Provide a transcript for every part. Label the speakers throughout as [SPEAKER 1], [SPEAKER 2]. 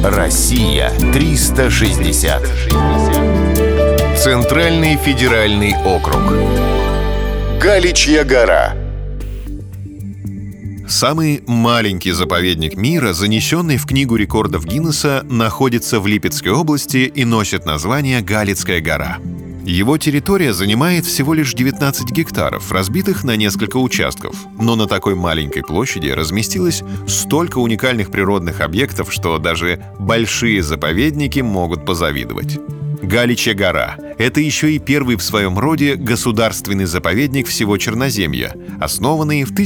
[SPEAKER 1] Россия 360. Центральный федеральный округ. Галичья гора.
[SPEAKER 2] Самый маленький заповедник мира, занесенный в Книгу рекордов Гиннесса, находится в Липецкой области и носит название Галицкая гора. Его территория занимает всего лишь 19 гектаров, разбитых на несколько участков. Но на такой маленькой площади разместилось столько уникальных природных объектов, что даже большие заповедники могут позавидовать. Галичья гора — это еще и первый в своем роде государственный заповедник всего Черноземья, основанный в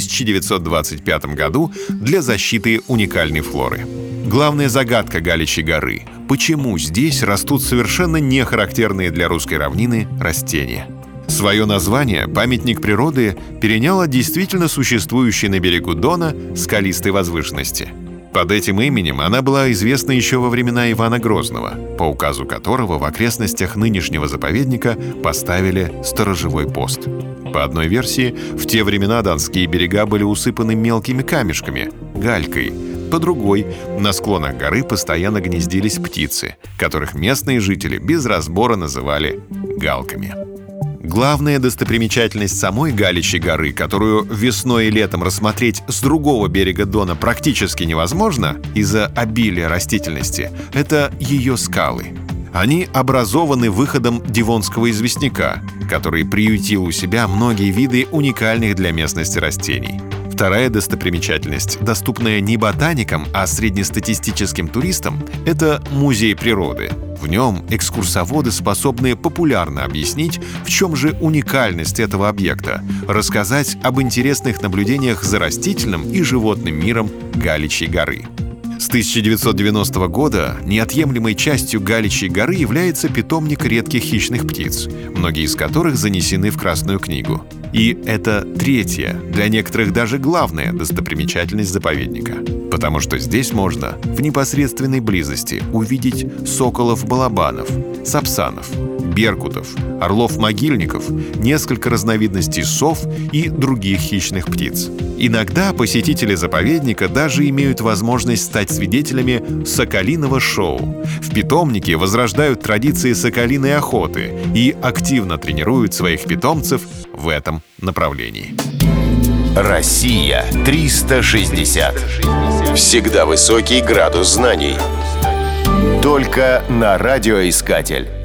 [SPEAKER 2] 1925 году для защиты уникальной флоры. Главная загадка Галичьей горы — почему здесь растут совершенно не характерные для русской равнины растения. Свое название памятник природы перенял от действительно существующей на берегу Дона скалистой возвышенности. Под этим именем она была известна еще во времена Ивана Грозного, по указу которого в окрестностях нынешнего заповедника поставили сторожевой пост. По одной версии, в те времена донские берега были усыпаны мелкими камешками — галькой. По другой, на склонах горы постоянно гнездились птицы, которых местные жители без разбора называли галками. Главная достопримечательность самой Галичьей горы, которую весной и летом рассмотреть с другого берега Дона практически невозможно из-за обилия растительности, это ее скалы. Они образованы выходом Дивонского известняка, который приютил у себя многие виды уникальных для местности растений. Вторая достопримечательность, доступная не ботаникам, а среднестатистическим туристам, это музей природы. В нем экскурсоводы способны популярно объяснить, в чем же уникальность этого объекта, рассказать об интересных наблюдениях за растительным и животным миром Галичьей горы. С 1990 года неотъемлемой частью Галичьей горы является питомник редких хищных птиц, многие из которых занесены в Красную книгу. И это третья, для некоторых даже главная достопримечательность заповедника. Потому что здесь можно в непосредственной близости увидеть соколов-балабанов, сапсанов, беркутов, орлов-могильников, несколько разновидностей сов и других хищных птиц. Иногда посетители заповедника даже имеют возможность стать свидетелями соколиного шоу. В питомнике возрождают традиции соколиной охоты и активно тренируют своих питомцев в этом направлении.
[SPEAKER 1] Россия 360. Всегда высокий градус знаний. Только на радиоискатель.